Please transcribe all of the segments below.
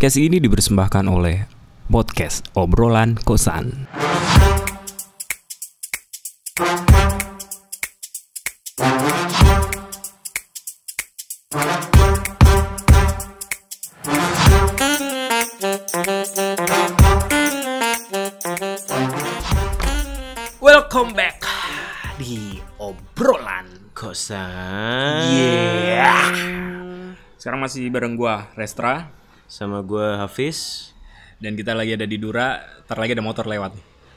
Podcast ini dipersembahkan oleh Podcast Obrolan Kosan. Welcome back di Obrolan Kosan. Sekarang masih bareng gua Restra Sama gue Hafiz. dan kita lagi ada di Dura. Ntar lagi ada motor lewat.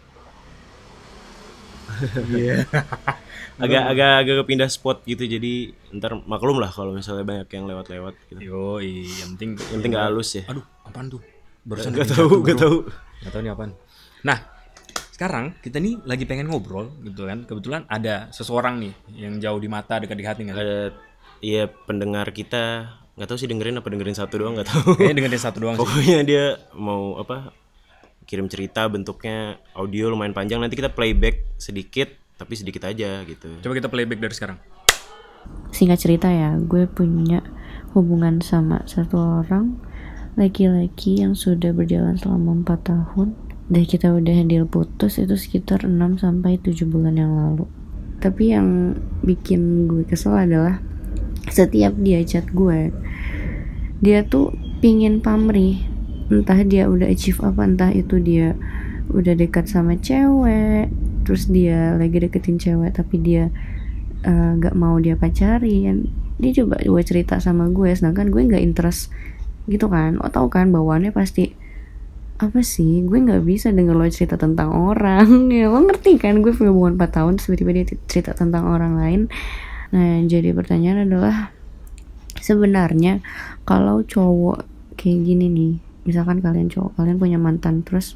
Agak pindah spot gitu, jadi ntar maklum lah kalau misalnya banyak yang lewat-lewat gitu. Yoi, yang penting nggak halus ya. Aduh, apaan tuh? Barusan Gak tahu. Gak tahu nih apaan. Nah, sekarang kita nih lagi pengen ngobrol gitu kan. Kebetulan ada seseorang nih yang jauh di mata, dekat di hati nggak? Ada, iya, pendengar kita nggak tahu sih dengerin satu doang, nggak tahu. Kayaknya dengerin satu doang sih. Pokoknya dia mau kirim cerita, bentuknya audio lumayan panjang. Nanti kita playback sedikit, tapi sedikit aja gitu. Coba kita playback dari sekarang. Singkat cerita ya, gue punya hubungan sama satu orang laki-laki yang sudah berjalan selama 4 tahun. Dan kita udah deal putus itu sekitar 6-7 bulan yang lalu. Tapi yang bikin gue kesel adalah setiap dia chat gue, dia tuh pingin pamrih. Entah dia udah achieve apa, entah itu dia udah dekat sama cewek, terus dia lagi deketin cewek tapi dia gak mau dia pacarin. Dia coba gue cerita sama gue, sedangkan gue gak interest gitu kan. Lo tau kan bawaannya pasti apa sih, gue gak bisa denger lo cerita tentang orang. Ya lo ngerti kan, gue punya hubungan 4 tahun terus tiba-tiba dia cerita tentang orang lain. Nah, jadi pertanyaan adalah, sebenarnya kalau cowok kayak gini nih, misalkan kalian cowok, kalian punya mantan, terus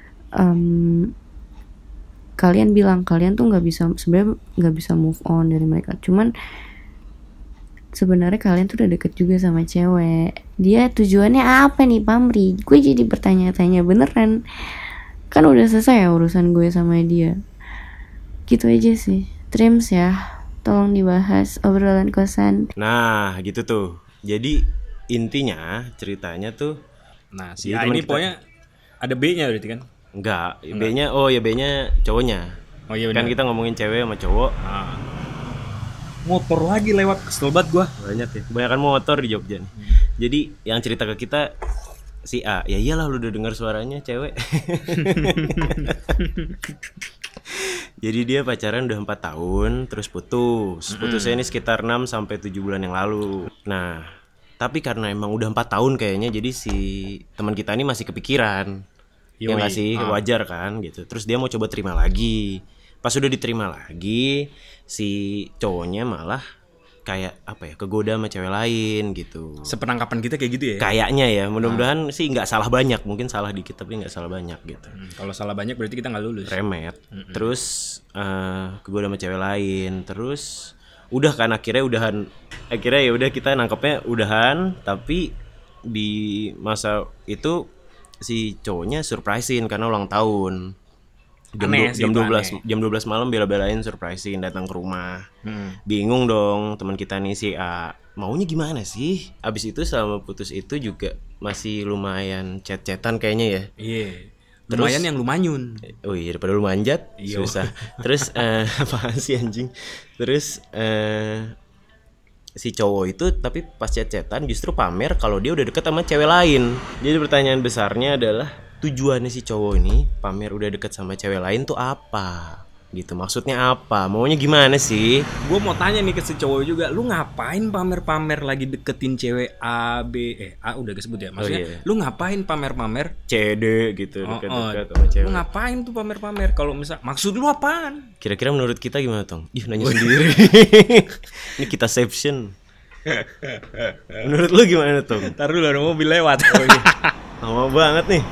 kalian bilang kalian tuh sebenarnya nggak bisa move on dari mereka, cuman sebenarnya kalian tuh udah deket juga sama cewek. Dia tujuannya apa nih, pamrih? Gue jadi bertanya-tanya beneran. Kan udah selesai ya urusan gue sama dia. Gitu aja sih. Trims ya. Tolong dibahas obrolan kosan. Nah, gitu tuh. Jadi intinya ceritanya tuh, Nah, si A ini pokoknya ada B-nya berarti kan? enggak. B-nya B-nya cowoknya. Oh iya benar. Kan kita ngomongin cewek sama cowok. Motor lagi lewat, kesel banget gua. Banyak ya. Kebanyakan motor di Jogja nih. Jadi yang cerita ke kita si A. Ya iyalah, lu udah dengar suaranya cewek. Jadi dia pacaran udah 4 tahun, terus putus. Putusnya ini sekitar 6-7 bulan yang lalu. Nah, tapi karena emang udah 4 tahun kayaknya, jadi si teman kita ini masih kepikiran. Ya nggak sih, wajar kan gitu. Terus dia mau coba terima lagi. Pas udah diterima lagi, si cowoknya malah kayak kegoda sama cewek lain gitu. Sepenangkapan kita kayak gitu ya? Kayaknya ya, mudah-mudahan sih nggak salah banyak. Mungkin salah dikit tapi nggak salah banyak gitu. Kalau salah banyak berarti kita nggak lulus. Remet. Terus kegoda sama cewek lain. Terus udah kan akhirnya ya udah kita nangkepnya udahan. Tapi di masa itu si cowoknya surprisein karena ulang tahun. Jam 12 malam bela-belain surprisein datang ke rumah. Bingung dong teman kita nih si A. Maunya gimana sih? Abis itu selama putus itu juga masih lumayan chat-chatan kayaknya ya. Iya. Lumayan yang lu manyun. Oh iya, daripada lu manjat susah. Terus apaan sih anjing? Terus si cowok itu tapi pas chat-chatan justru pamer kalau dia udah deket sama cewek lain. Jadi pertanyaan besarnya adalah, tujuannya si cowok ini pamer udah deket sama cewek lain tuh apa? Gitu, maksudnya apa? Maunya gimana sih? Gue mau tanya nih ke si cowok juga, lu ngapain pamer-pamer lagi deketin cewek A, B, A udah kesebut ya? Maksudnya lu ngapain pamer-pamer CD gitu dekat-dekat sama cewek? Lu ngapain tuh pamer-pamer? Kalau misal maksud lu apaan? Kira-kira menurut kita gimana, Tong? Nanya sendiri. Ini kita caption. Menurut lu gimana, Tong? Ntar dulu ada mobil lewat. Lama banget nih.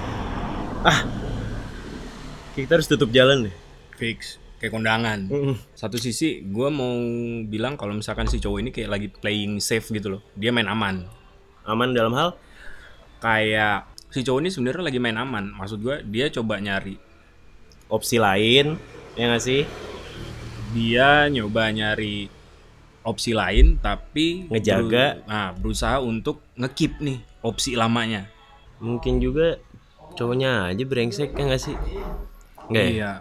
Kita harus tutup jalan deh. Fix. Kayak kondangan. Satu sisi gue mau bilang kalau misalkan si cowok ini kayak lagi playing safe gitu loh. Dia main aman. Aman dalam hal? Kayak si cowok ini sebenarnya lagi main aman. Maksud gue dia coba nyari opsi lain, ya nggak sih? Dia nyoba nyari opsi lain tapi ngejaga. berusaha untuk nge-keep nih opsi lamanya. Mungkin juga cowoknya aja brengsek ya nggak sih? Nggak ya? Iya,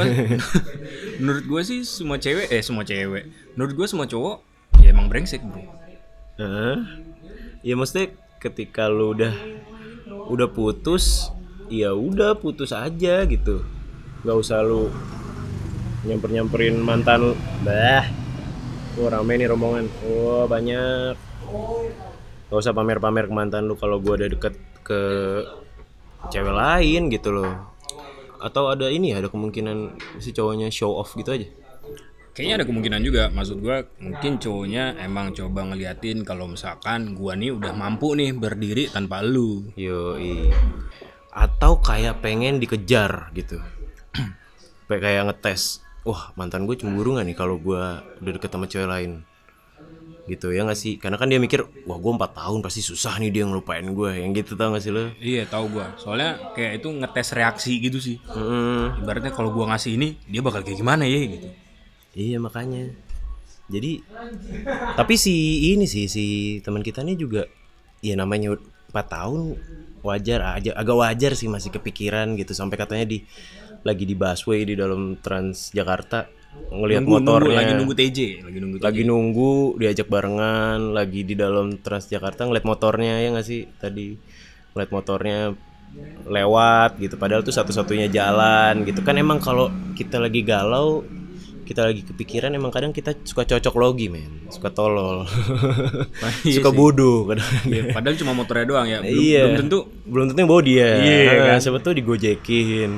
menurut gua sih semua cewek. Menurut gua semua cowok ya emang brengsek, bro. Heeh. Ya maksudnya ketika lu udah putus, ya udah putus aja gitu. Nggak usah lu nyamperin mantan lu. Bah. Rame nih rombongan. Banyak. Nggak usah pamer-pamer ke mantan lu kalau gua udah deket ke cewek lain gitu loh. Atau ada kemungkinan si cowoknya show off gitu aja. Kayaknya ada kemungkinan juga. Maksud gua mungkin cowoknya emang coba ngeliatin kalau misalkan gua nih udah mampu nih berdiri tanpa lu. Yoi. Atau kayak pengen dikejar gitu. Kayak ngetes. Wah, mantan gue cemburu gak nih kalau gue udah deket sama cewek lain? Gitu ya gak sih? Karena kan dia mikir, wah gue 4 tahun pasti susah nih dia ngelupain gue. Yang gitu tau gak sih lo? Iya, tahu gua. Soalnya kayak itu ngetes reaksi gitu sih. Ibaratnya kalau gua ngasih ini, dia bakal kayak gimana ya gitu. Iya makanya. Jadi tapi si teman kita nih juga ya namanya 4 tahun wajar aja, agak wajar sih masih kepikiran gitu sampai katanya lagi di busway di dalam Transjakarta ngelihat motornya lagi nunggu TJ. lagi nunggu diajak barengan lagi di dalam Transjakarta ngeliat motornya ya nggak sih tadi ngeliat motornya lewat gitu padahal tuh satu-satunya jalan gitu kan emang kalau kita lagi galau kita lagi kepikiran emang kadang kita suka cocok logi men suka tolol suka bodoh kadang Iya, padahal cuma motornya doang ya. belum tentu bawa dia kan? siapa tuh digojekin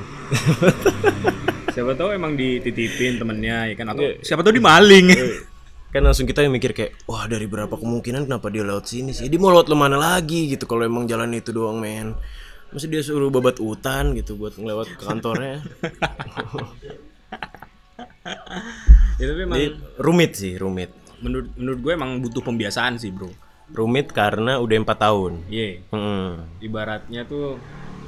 Siapa tahu emang dititipin temennya ya kan atau siapa tahu dimaling. Kan langsung kita yang mikir kayak wah dari berapa kemungkinan kenapa dia lewat sini sih dia mau lewat mana lagi gitu kalau emang jalan itu doang men masa dia suruh babat hutan gitu buat ngelewat ke kantornya. Ya tapi emang rumit menurut gue emang butuh pembiasaan sih bro. Rumit karena udah 4 tahun. Iya. Ibaratnya tuh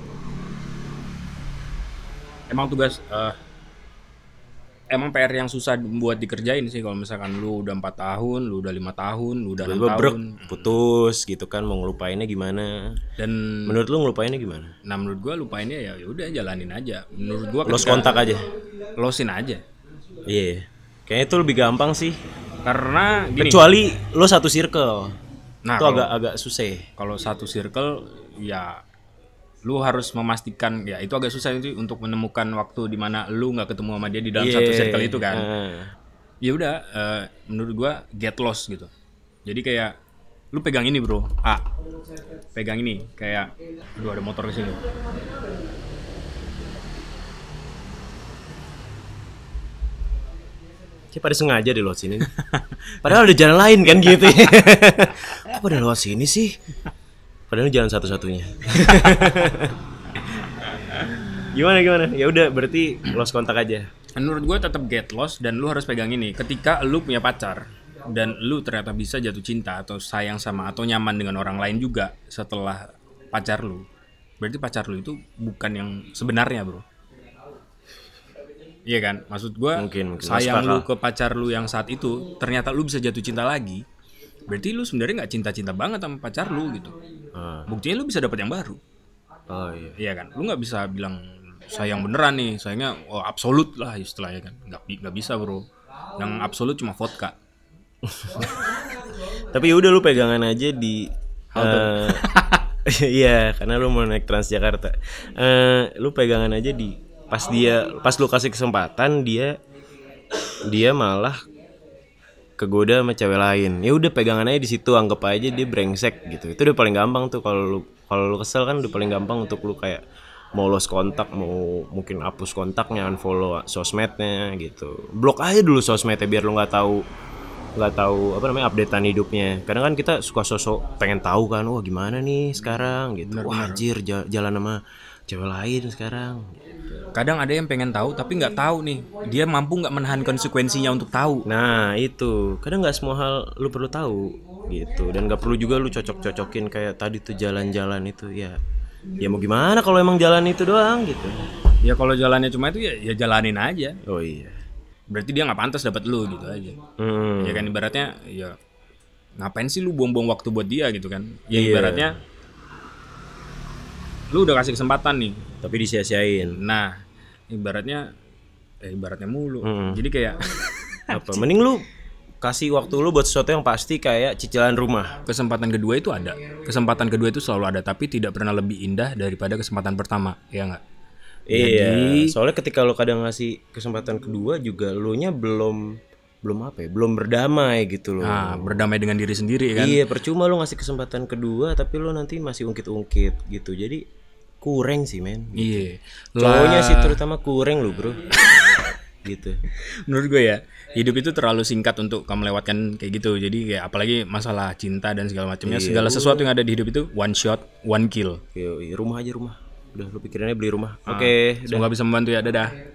emang tugas emang PR yang susah buat dikerjain sih kalau misalkan lu udah 4 tahun, lu udah 5 tahun, lu udah 6 tahun putus gitu kan mau ngelupainnya gimana? Dan menurut lu ngelupainnya gimana? Nah, menurut gua lupainnya ya udah jalanin aja. Menurut gua lost kontak aja. Losin aja. Iya. Kayaknya itu lebih gampang sih. Karena gini, kecuali lo satu circle. Nah, itu agak susah. Kalau satu circle ya lu harus memastikan ya itu agak susah itu untuk menemukan waktu di mana lu nggak ketemu sama dia di dalam satu circle itu kan. Ya udah menurut gua get lost gitu. Jadi kayak lu pegang ini bro, pegang ini kayak aduh ada motor ke sini. Kayak pada sengaja deh lewat sini. Padahal ada jalan lain kan gitu ya. Kok pada lewat sini sih? Padahal jalan satu-satunya. Gimana? Ya udah berarti lost kontak aja. Menurut gue tetap get lost dan lu harus pegang ini. Ketika lu punya pacar dan lu ternyata bisa jatuh cinta atau sayang sama atau nyaman dengan orang lain juga setelah pacar lu, berarti pacar lu itu bukan yang sebenarnya bro. Iya kan? Maksud gue mungkin sayang lu ke pacar lu yang saat itu ternyata lu bisa jatuh cinta lagi. Berarti lu sebenarnya nggak cinta-cinta banget sama pacar lu gitu. Buktinya lu bisa dapat yang baru. Iya kan? Lu nggak bisa bilang sayang beneran nih, sayangnya absolut lah istilahnya kan. Nggak bisa bro. Yang absolut cuma vodka. Tapi udah lu pegangan aja di iya karena lu mau naik Transjakarta. Lu pegangan aja di pas lu kasih kesempatan dia malah kegoda sama cewek lain. Ya udah pegangan aja di situ, anggap aja dia brengsek gitu. Itu udah paling gampang tuh kalau lu kesel kan udah paling gampang untuk lu kayak mau lost kontak, mau mungkin hapus kontaknya, unfollow sosmednya gitu. Blok aja dulu sosmednya biar lu nggak tahu updatean hidupnya. Kadang kan kita suka sosok pengen tahu kan, wah gimana nih sekarang gitu. Wah anjir jalan sama cewek lain sekarang. Kadang ada yang pengen tahu tapi nggak tahu nih dia mampu nggak menahan konsekuensinya untuk tahu. Nah itu kadang nggak semua hal lu perlu tahu gitu dan nggak perlu juga lu cocok-cocokin kayak tadi tuh jalan-jalan itu ya mau gimana kalau emang jalan itu doang gitu. Ya kalau jalannya cuma itu ya jalanin aja. Oh iya. Berarti dia nggak pantas dapat lu gitu aja. Ya kan ibaratnya ya ngapain sih lu buang-buang waktu buat dia gitu kan? Ya ibaratnya lu udah kasih kesempatan nih. Tapi disia-siain. Nah, ibaratnya mulu. Jadi kayak Apa? Mending lu kasih waktu lu buat sesuatu yang pasti kayak cicilan rumah. kesempatan kedua itu ada. Kesempatan kedua itu selalu ada, tapi tidak pernah lebih indah daripada kesempatan pertama, ya nggak? Iya. Soalnya ketika lu kadang ngasih kesempatan kedua juga lu nya belum berdamai gitu loh. Nah, berdamai dengan diri sendiri kan. Iya, percuma lu ngasih kesempatan kedua tapi lu nanti masih ungkit-ungkit gitu. Jadi kurang sih, men. Iya. Cowoknya sih terutama kurang lu, Bro. Gitu. Menurut gue ya, hidup itu terlalu singkat untuk kamu lewatkan kayak gitu. Jadi kayak apalagi masalah cinta dan segala macamnya, segala sesuatu yang ada di hidup itu one shot, one kill. Yo, rumah aja rumah. Udah lu pikirannya beli rumah. Oke, Semoga bisa membantu ya. Dadah.